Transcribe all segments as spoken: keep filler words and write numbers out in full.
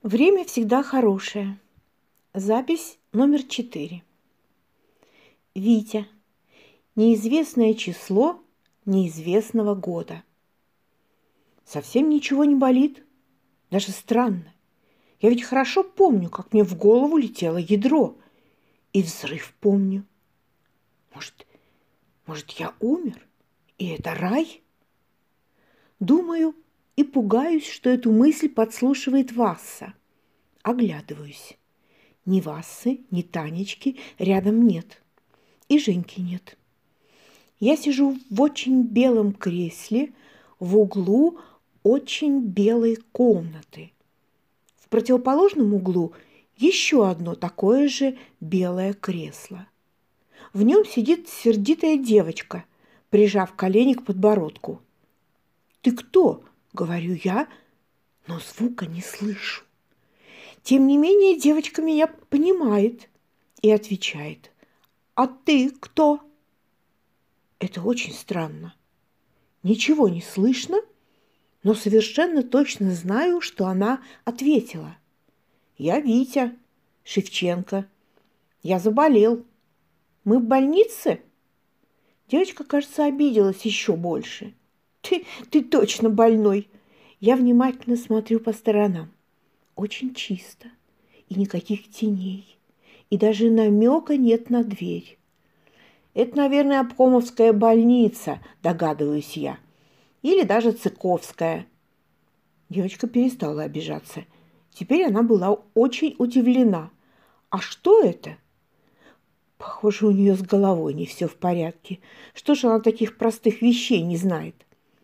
Время всегда хорошее. Запись номер четыре. Витя. Неизвестное число неизвестного года. Совсем ничего не болит. Даже странно. Я ведь хорошо помню, как мне в голову летело ядро. И взрыв помню. Может, может, я умер? И это рай? Думаю и пугаюсь, что эту мысль подслушивает Васса. Оглядываюсь. Ни Вассы, ни Танечки рядом нет. И Женьки нет. Я сижу в очень белом кресле в углу очень белой комнаты. В противоположном углу еще одно такое же белое кресло. В нем сидит сердитая девочка, прижав колени к подбородку. «Ты кто?» – говорю я, но звука не слышу. Тем не менее девочка меня понимает и отвечает: «А ты кто?» Это очень странно. Ничего не слышно, но совершенно точно знаю, что она ответила. «Я Витя Шевченко. Я заболел. Мы в больнице?» Девочка, кажется, обиделась еще больше. «Ты, ты точно больной!» Я внимательно смотрю по сторонам. Очень чисто, и никаких теней, и даже намека нет на дверь. Это, наверное, обкомовская больница, догадываюсь я. Или даже Цыковская. Девочка перестала обижаться. Теперь она была очень удивлена. А что это? Похоже, у нее с головой не все в порядке. Что же она таких простых вещей не знает?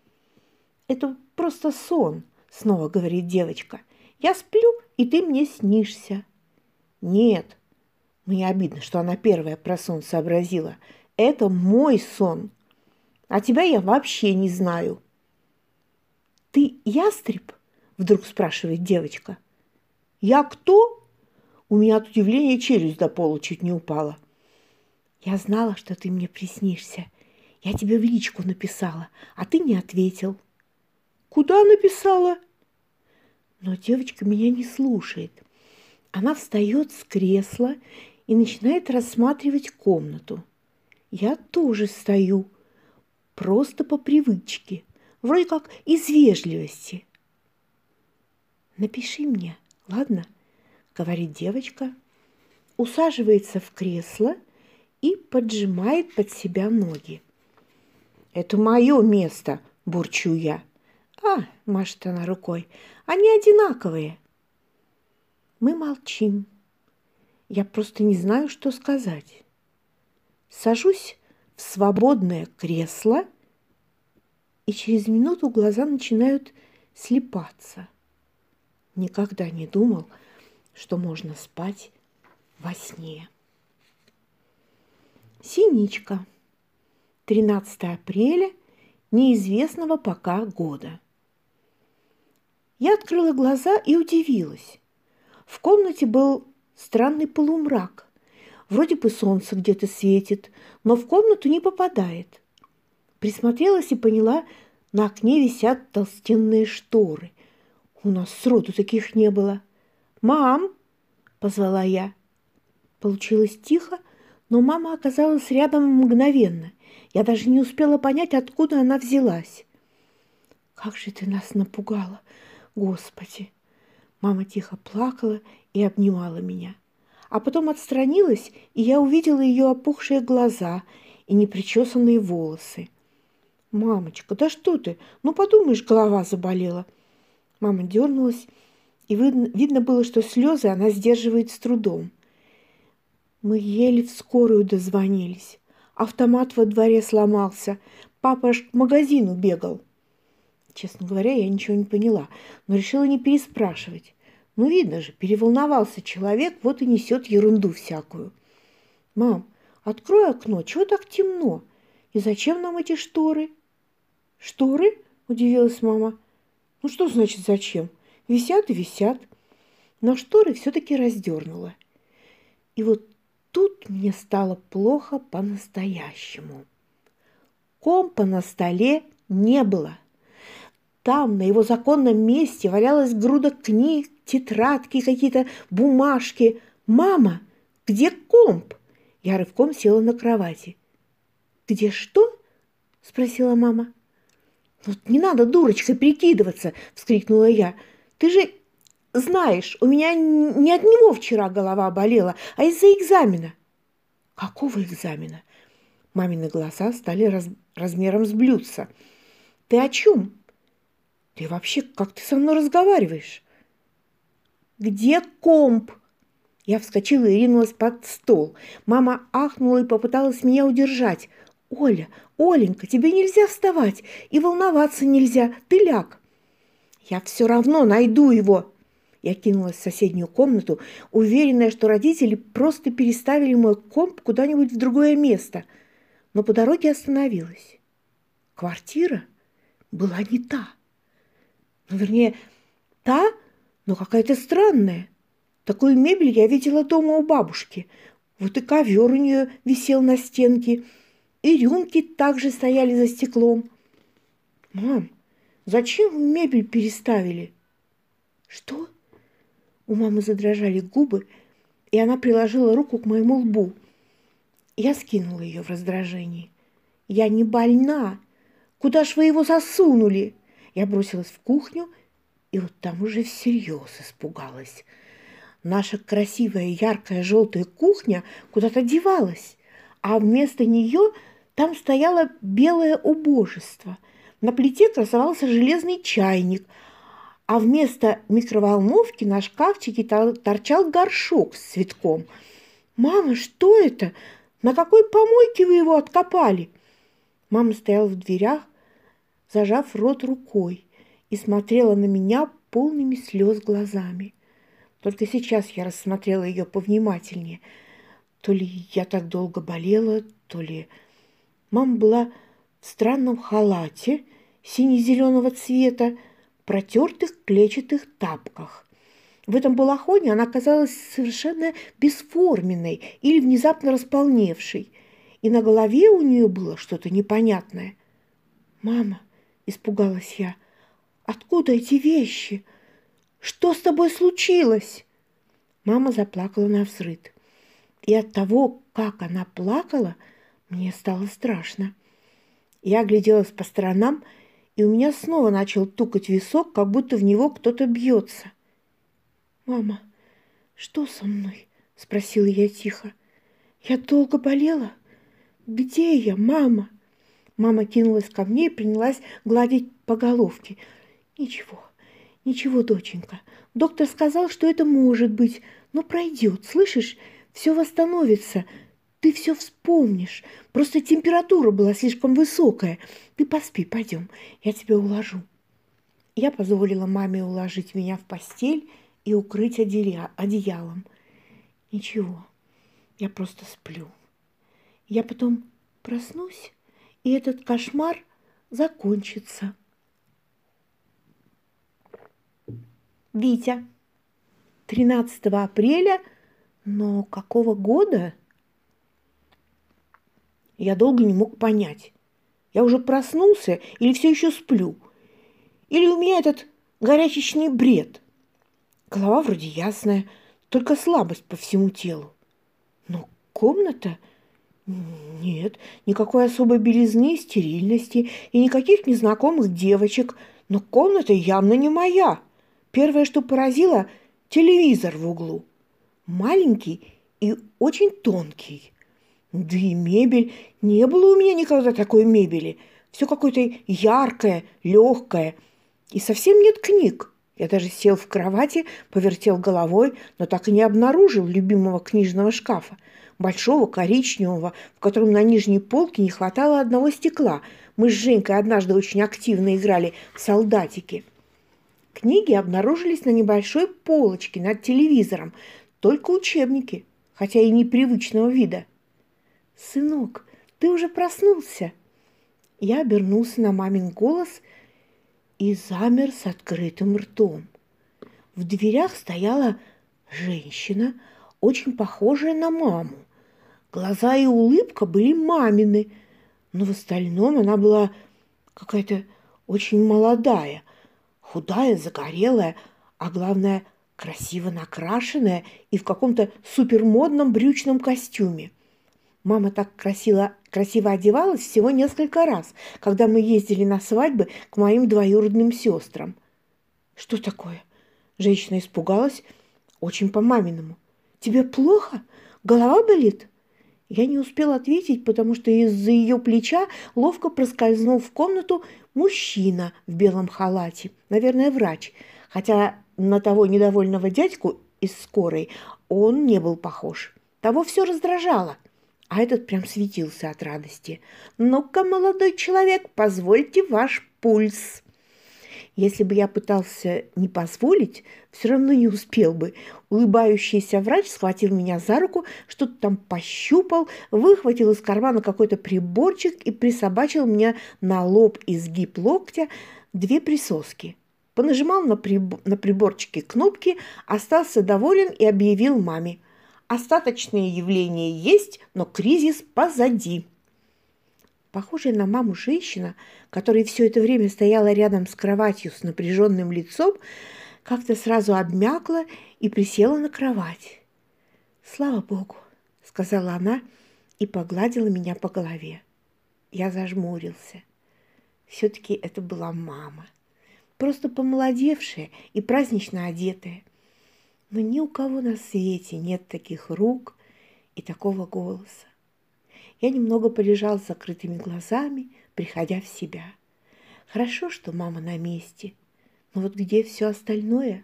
Это просто сон, снова говорит девочка. Я сплю, и ты мне снишься. Нет, мне обидно, что она первая про сон сообразила. Это мой сон. А тебя я вообще не знаю. Ты ястреб? Вдруг спрашивает девочка. Я кто? У меня от удивления челюсть до пола чуть не упала. Я знала, что ты мне приснишься. Я тебе в личку написала, а ты не ответил. Куда написала? Но девочка меня не слушает. Она встает с кресла и начинает рассматривать комнату. Я тоже стою, просто по привычке, вроде как из вежливости. «Напиши мне, ладно?» – говорит девочка, усаживается в кресло и поджимает под себя ноги. «Это мое место!» – бурчу я. «А!» – машет она рукой. «Они одинаковые!» Мы молчим. Я просто не знаю, что сказать. Сажусь в свободное кресло, и через минуту глаза начинают слипаться. Никогда не думал, что можно спать во сне. Синичка. тринадцатое апреля неизвестного пока года. Я открыла глаза и удивилась. В комнате был странный полумрак. Вроде бы солнце где-то светит, но в комнату не попадает. Присмотрелась и поняла, на окне висят толстенные шторы. У нас сроду таких не было. «Мам!» – позвала я. Получилось тихо, но мама оказалась рядом мгновенно. Я даже не успела понять, откуда она взялась. «Как же ты нас напугала, Господи!» Мама тихо плакала и обнимала меня. А потом отстранилась, и я увидела ее опухшие глаза и непричесанные волосы. «Мамочка, да что ты? Ну, подумаешь, голова заболела». Мама дернулась, и видно, видно было, что слезы она сдерживает с трудом. Мы еле в скорую дозвонились. Автомат во дворе сломался. Папа аж к магазину бегал. Честно говоря, я ничего не поняла, но решила не переспрашивать. Ну, видно же, переволновался человек, вот и несет ерунду всякую. «Мам, открой окно, чего так темно? И зачем нам эти шторы?» «Шторы?» – удивилась мама. «Ну, что значит зачем? Висят и висят». Но шторы все-таки раздернула. И вот тут мне стало плохо по-настоящему. Компа на столе не было. там, на его законном месте, валялась груда книг, тетрадки, какие-то бумажки. «Мама, где комп?» Я рывком села на кровати. «Где что?» – спросила мама. «Вот не надо дурочкой прикидываться!» – вскрикнула я. «Ты же знаешь, у меня не от него вчера голова болела, а из-за экзамена». «Какого экзамена?» Мамины глаза стали раз, размером с блюдца. «Ты о чем? Ты вообще, как ты со мной разговариваешь?» «Где комп?» Я вскочила и ринулась под стол. Мама ахнула и попыталась меня удержать. «Оля, Оленька, тебе нельзя вставать, и волноваться нельзя, ты ляг». «Я все равно найду его». Я кинулась в соседнюю комнату, уверенная, что родители просто переставили мой комп куда-нибудь в другое место. Но по дороге остановилась. Квартира была не та. Ну, вернее, та, но какая-то странная. Такую мебель я видела дома у бабушки. Вот и ковер у нее висел на стенке, и рюмки также стояли за стеклом. «Мам, зачем вы мебель переставили?» «Что?» У мамы задрожали губы, и она приложила руку к моему лбу. Я скинула ее в раздражении. «Я не больна! Куда ж вы его засунули?» Я бросилась в кухню, и вот там уже всерьез испугалась. Наша красивая яркая желтая кухня куда-то девалась, а вместо нее там стояло белое убожество. На плите красовался железный чайник, а вместо микроволновки на шкафчике торчал горшок с цветком. «Мама, что это? На какой помойке вы его откопали?» Мама стояла в дверях, зажав рот рукой, и смотрела на меня полными слез глазами. Только сейчас я рассмотрела ее повнимательнее. То ли я так долго болела, то ли... Мама была в странном халате сине-зеленого цвета, протертых клетчатых тапках. В этом балахоне она казалась совершенно бесформенной или внезапно располневшей, и на голове у нее было что-то непонятное. «Мама», — испугалась я, — «откуда эти вещи? Что с тобой случилось?» Мама заплакала навзрыд, и от того, как она плакала, мне стало страшно. Я огляделась по сторонам, и у меня снова начал тукать висок, как будто в него кто-то бьется. «Мама, что со мной?» – спросила я тихо. «Я долго болела? Где я, мама?» Мама кинулась ко мне и принялась гладить по головке. «Ничего, ничего, доченька. Доктор сказал, что это может быть, но пройдет, слышишь? Все восстановится. Ты все вспомнишь. Просто температура была слишком высокая. Ты поспи, пойдем, я тебя уложу». Я позволила маме уложить меня в постель и укрыть одеялом. Ничего, я просто сплю. Я потом проснусь, и этот кошмар закончится. Витя. тринадцатого апреля, но какого года? Я долго не мог понять. Я уже проснулся или все еще сплю? Или у меня этот горячечный бред? Голова вроде ясная, только слабость по всему телу. Но комната... Нет, никакой особой белизны, стерильности и никаких незнакомых девочек. Но комната явно не моя. Первое, что поразило – телевизор в углу. Маленький и очень тонкий. Да и мебель. Не было у меня никогда такой мебели. Все какое-то яркое, легкое. И совсем нет книг. Я даже сел в кровати, повертел головой, но так и не обнаружил любимого книжного шкафа. Большого, коричневого, в котором на нижней полке не хватало одного стекла. Мы с Женькой однажды очень активно играли в солдатики. Книги обнаружились на небольшой полочке над телевизором, только учебники, хотя и непривычного вида. «Сынок, ты уже проснулся?» Я обернулся на мамин голос и замер с открытым ртом. В дверях стояла женщина, очень похожая на маму. Глаза и улыбка были мамины, но в остальном она была какая-то очень молодая. Худая, загорелая, а главное, красиво накрашенная и в каком-то супермодном брючном костюме. Мама так красиво, красиво одевалась всего несколько раз, когда мы ездили на свадьбы к моим двоюродным сестрам. Что такое? Женщина испугалась очень по-маминому. Тебе плохо? Голова болит? Я не успела ответить, потому что из-за ее плеча ловко проскользнул в комнату мужчина в белом халате, наверное, врач, хотя на того недовольного дядьку из скорой он не был похож. Того все раздражало, а этот прям светился от радости. «Ну-ка, молодой человек, позвольте ваш пульс». Если бы я пытался не позволить, все равно не успел бы. Улыбающийся врач схватил меня за руку, что-то там пощупал, выхватил из кармана какой-то приборчик и присобачил мне на лоб изгиб локтя две присоски. Понажимал на, приб... на приборчике кнопки, остался доволен и объявил маме: «Остаточные явления есть, но кризис позади». Похожая на маму женщина, которая все это время стояла рядом с кроватью с напряженным лицом, как-то сразу обмякла и присела на кровать. «Слава Богу!» — сказала она и погладила меня по голове. Я зажмурился. Все-таки это была мама, просто помолодевшая и празднично одетая. Но ни у кого на свете нет таких рук и такого голоса. Я немного полежал с закрытыми глазами, приходя в себя. Хорошо, что мама на месте. Но вот где все остальное?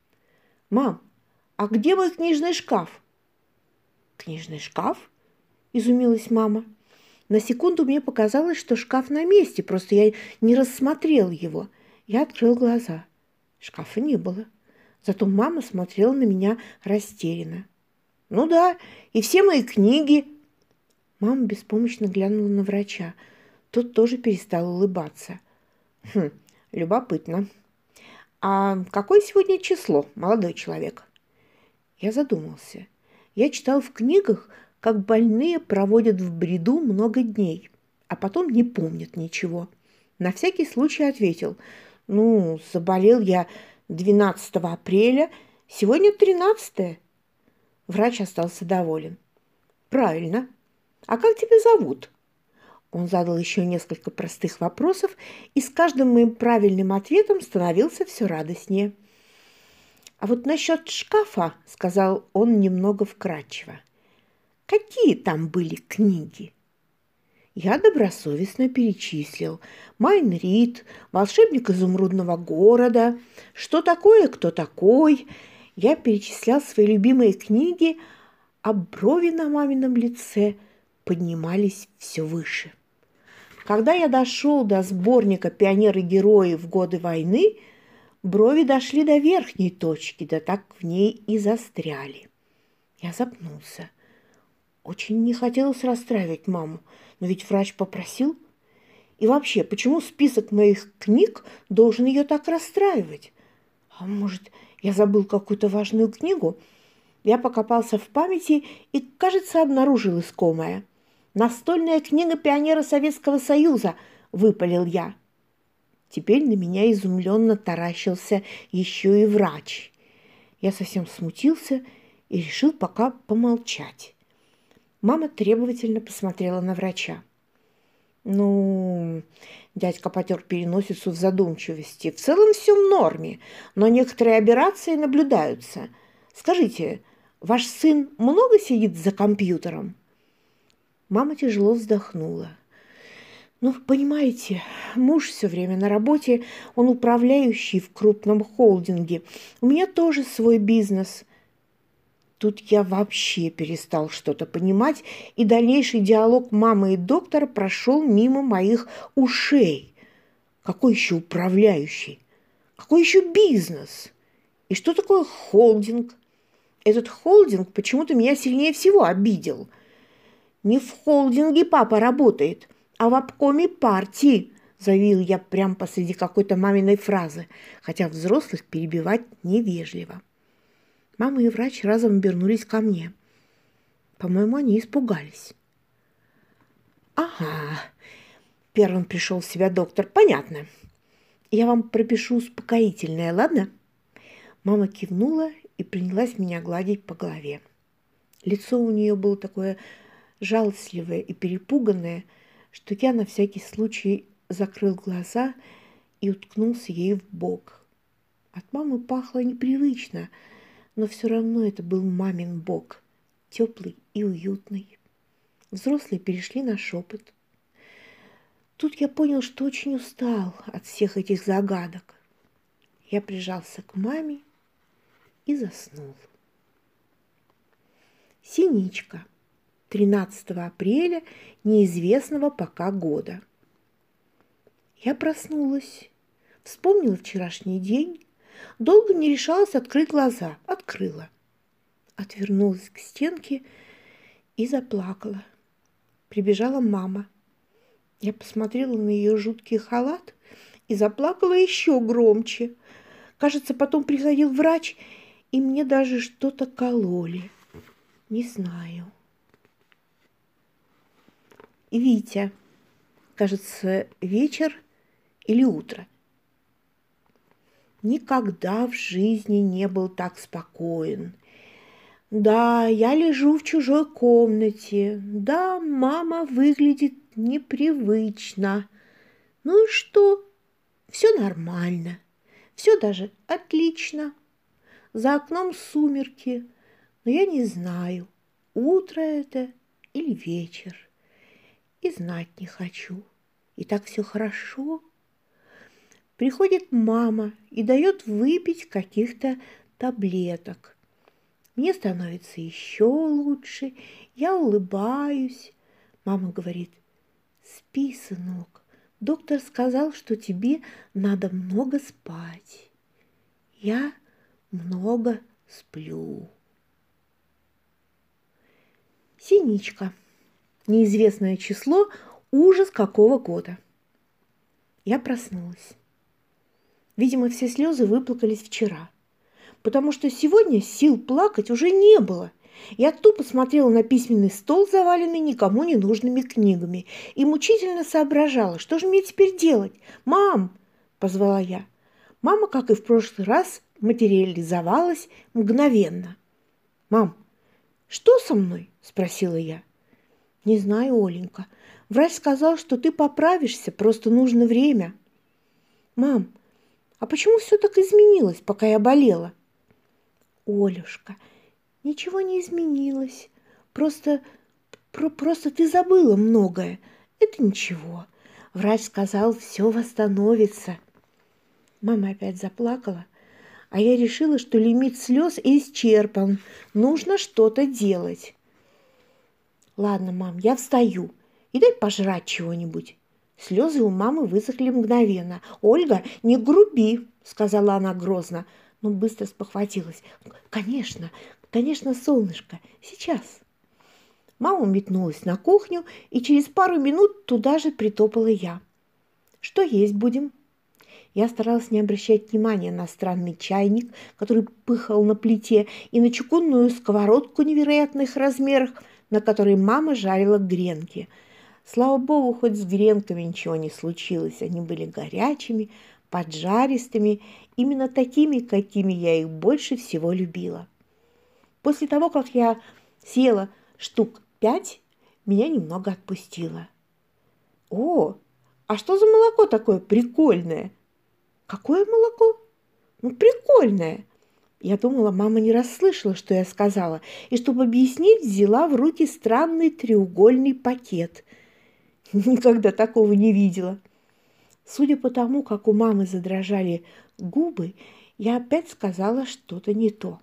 «Мам, а где мой книжный шкаф?» «Книжный шкаф?» – изумилась мама. На секунду мне показалось, что шкаф на месте, просто я не рассмотрел его. Я открыл глаза. Шкафа не было. Зато мама смотрела на меня растерянно. «Ну да, и все мои книги». Мама беспомощно глянула на врача. Тот тоже перестал улыбаться. «Хм, любопытно. А какое сегодня число, молодой человек?» Я задумался. Я читал в книгах, как больные проводят в бреду много дней, а потом не помнят ничего. На всякий случай ответил: «Ну, заболел я двенадцатого апреля, сегодня тринадцатое». Врач остался доволен. «Правильно. А как тебя зовут?» Он задал еще несколько простых вопросов, и с каждым моим правильным ответом становился все радостнее. «А вот насчет шкафа, — сказал он немного вкратчиво, — какие там были книги?» Я добросовестно перечислил: «Майн Рид», «Волшебник изумрудного города», «Что такое, кто такой». Я перечислял свои любимые книги, а брови на мамином лице поднимались все выше. Когда я дошел до сборника «Пионеры-герои в годы войны», брови дошли до верхней точки, да так в ней и застряли. Я запнулся. Очень не хотелось расстраивать маму, но ведь врач попросил. И вообще, почему список моих книг должен ее так расстраивать? А может, я забыл какую-то важную книгу? Я покопался в памяти и, кажется, обнаружил искомое. «Настольная книга пионера Советского Союза», — выпалил я. Теперь на меня изумленно таращился еще и врач. Я совсем смутился и решил пока помолчать. Мама требовательно посмотрела на врача. «Ну...» — дядька потер переносицу в задумчивости. «В целом все в норме, но некоторые аберрации наблюдаются. Скажите, ваш сын много сидит за компьютером?» Мама тяжело вздохнула. «Ну, понимаете, муж все время на работе, он управляющий в крупном холдинге. У меня тоже свой бизнес». Тут я вообще перестал что-то понимать, и дальнейший диалог мамы и доктора прошел мимо моих ушей. Какой еще управляющий? Какой еще бизнес? И что такое холдинг? Этот холдинг почему-то меня сильнее всего обидел. «Не в холдинге папа работает, а в обкоме партии», – заявил я прямо посреди какой-то маминой фразы, хотя взрослых перебивать невежливо. Мама и врач разом обернулись ко мне. По-моему, они испугались. «Ага», – первым пришел в себя доктор, – «понятно. Я вам пропишу успокоительное, ладно?» Мама кивнула и принялась меня гладить по голове. Лицо у нее было такое жалостливое и перепуганное, что я на всякий случай закрыл глаза и уткнулся ей в бок. От мамы пахло непривычно, но все равно это был мамин бок, теплый и уютный. Взрослые перешли на шепот. Тут я понял, что очень устал от всех этих загадок. Я прижался к маме и заснул. Синичка. тринадцатого апреля неизвестного пока года. Я проснулась, вспомнила вчерашний день, долго не решалась открыть глаза. Открыла. Отвернулась к стенке и заплакала. Прибежала мама. Я посмотрела на ее жуткий халат и заплакала еще громче. Кажется, потом приходил врач, и мне даже что-то кололи. Не знаю. Витя. Кажется, вечер или утро. Никогда в жизни не был так спокоен. Да, я лежу в чужой комнате. Да, мама выглядит непривычно. Ну и что? Все нормально. Все даже отлично. За окном сумерки. Но я не знаю, утро это или вечер. И знать не хочу. И так все хорошо. Приходит мама и дает выпить каких-то таблеток. Мне становится еще лучше, я улыбаюсь. Мама говорит: «Спи, сынок, доктор сказал, что тебе надо много спать». Я много сплю. Синичка. Неизвестное число, ужас какого года. Я проснулась. Видимо, все слезы выплакались вчера, потому что сегодня сил плакать уже не было. Я тупо смотрела на письменный стол, заваленный никому не нужными книгами, и мучительно соображала, что же мне теперь делать. «Мам!» – позвала я. Мама, как и в прошлый раз, материализовалась мгновенно. «Мам, что со мной?» – спросила я. «Не знаю, Оленька. Врач сказал, что ты поправишься, просто нужно время». «Мам, а почему все так изменилось, пока я болела?» «Олюшка, ничего не изменилось. Просто, про, просто ты забыла многое. Это ничего. Врач сказал, все восстановится». Мама опять заплакала, а я решила, что лимит слез исчерпан. Нужно что-то делать. «Ладно, мам, я встаю. И дай пожрать чего-нибудь». Слезы у мамы высохли мгновенно. «Ольга, не груби», — сказала она грозно, но быстро спохватилась. «Конечно, конечно, солнышко, сейчас». Мама метнулась на кухню, и через пару минут туда же притопала я. «Что есть будем?» Я старалась не обращать внимания на странный чайник, который пыхал на плите, и на чугунную сковородку невероятных размеров, на которой мама жарила гренки. Слава богу, хоть с гренками ничего не случилось. Они были горячими, поджаристыми, именно такими, какими я их больше всего любила. После того, как я съела штук пять, меня немного отпустило. «О, а что за молоко такое прикольное?» «Какое молоко?» «Ну, прикольное». Я думала, мама не расслышала, что я сказала, и, чтобы объяснить, взяла в руки странный треугольный пакет. Никогда такого не видела. Судя по тому, как у мамы задрожали губы, я опять сказала что-то не то.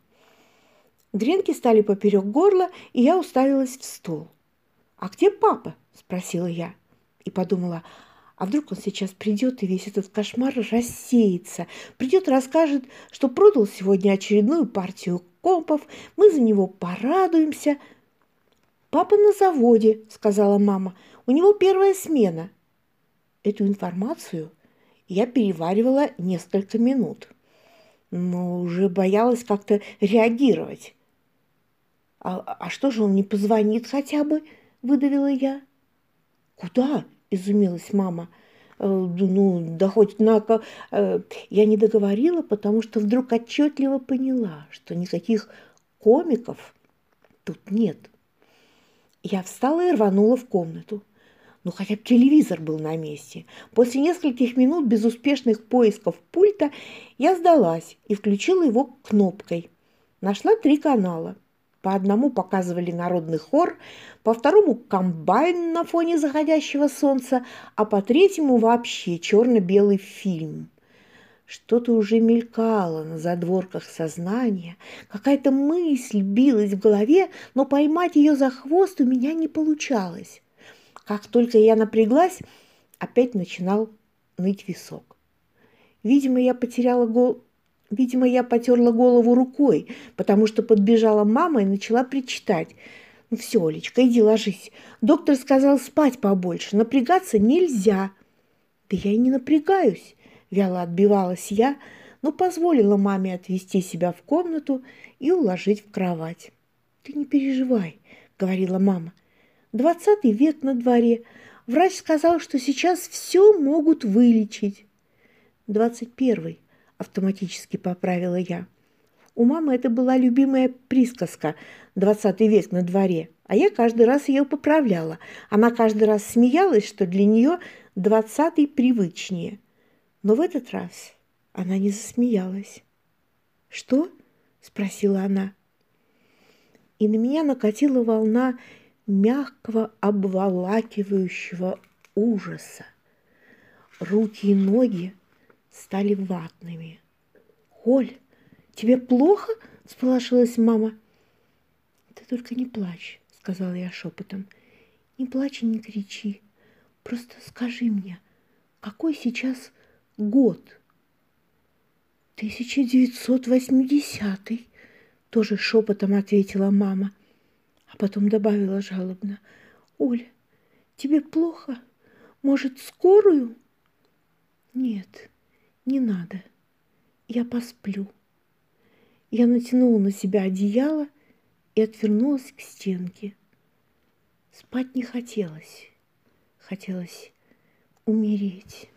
Гренки стали поперек горла, и я уставилась в стол. «А где папа?» – спросила я. И подумала, а вдруг он сейчас придет, и весь этот кошмар рассеется. Придет и расскажет, что продал сегодня очередную партию компов, мы за него порадуемся. «Папа на заводе», – сказала мама, – «у него первая смена». Эту информацию я переваривала несколько минут, но уже боялась как-то реагировать. «А, а что же он не позвонит хотя бы?» – выдавила я. «Куда?» – изумилась мама. э, ну, да хоть на... ко- э, Я не договорила, потому что вдруг отчетливо поняла, что никаких комиков тут нет. Я встала и рванула в комнату. Ну, хотя бы телевизор был на месте. После нескольких минут безуспешных поисков пульта я сдалась и включила его кнопкой. Нашла три канала. По одному показывали народный хор, по второму комбайн на фоне заходящего солнца, а по третьему вообще черно-белый фильм. Что-то уже мелькало на задворках сознания, какая-то мысль билась в голове, но поймать ее за хвост у меня не получалось. Как только я напряглась, опять начинал ныть висок. Видимо, я потеряла гол... Видимо, я потерла голову рукой, потому что подбежала мама и начала причитать. «Ну все, Олечка, иди ложись. Доктор сказал спать побольше, напрягаться нельзя». «Да я и не напрягаюсь», – вяло отбивалась я, но позволила маме отвести себя в комнату и уложить в кровать. «Ты не переживай», – говорила мама. «Двадцатый век на дворе. Врач сказал, что сейчас все могут вылечить». «Двадцать первый», – автоматически поправила я. У мамы это была любимая присказка «двадцатый век на дворе», а я каждый раз ее поправляла. Она каждый раз смеялась, что для нее двадцатый привычнее. Но в этот раз она не засмеялась. «Что?» – спросила она. И на меня накатила волна мягкого, обволакивающего ужаса. Руки и ноги стали ватными. «Оль, тебе плохо?» – сполошилась мама. «Ты только не плачь», – сказала я шепотом. «Не плачь и не кричи. Просто скажи мне, какой сейчас год?» «тысяча девятьсот восьмидесятый», – тоже шепотом ответила мама, а потом добавила жалобно. «Оля, тебе плохо? Может, скорую?» «Нет, не надо. Я посплю». Я натянула на себя одеяло и отвернулась к стенке. Спать не хотелось. Хотелось умереть.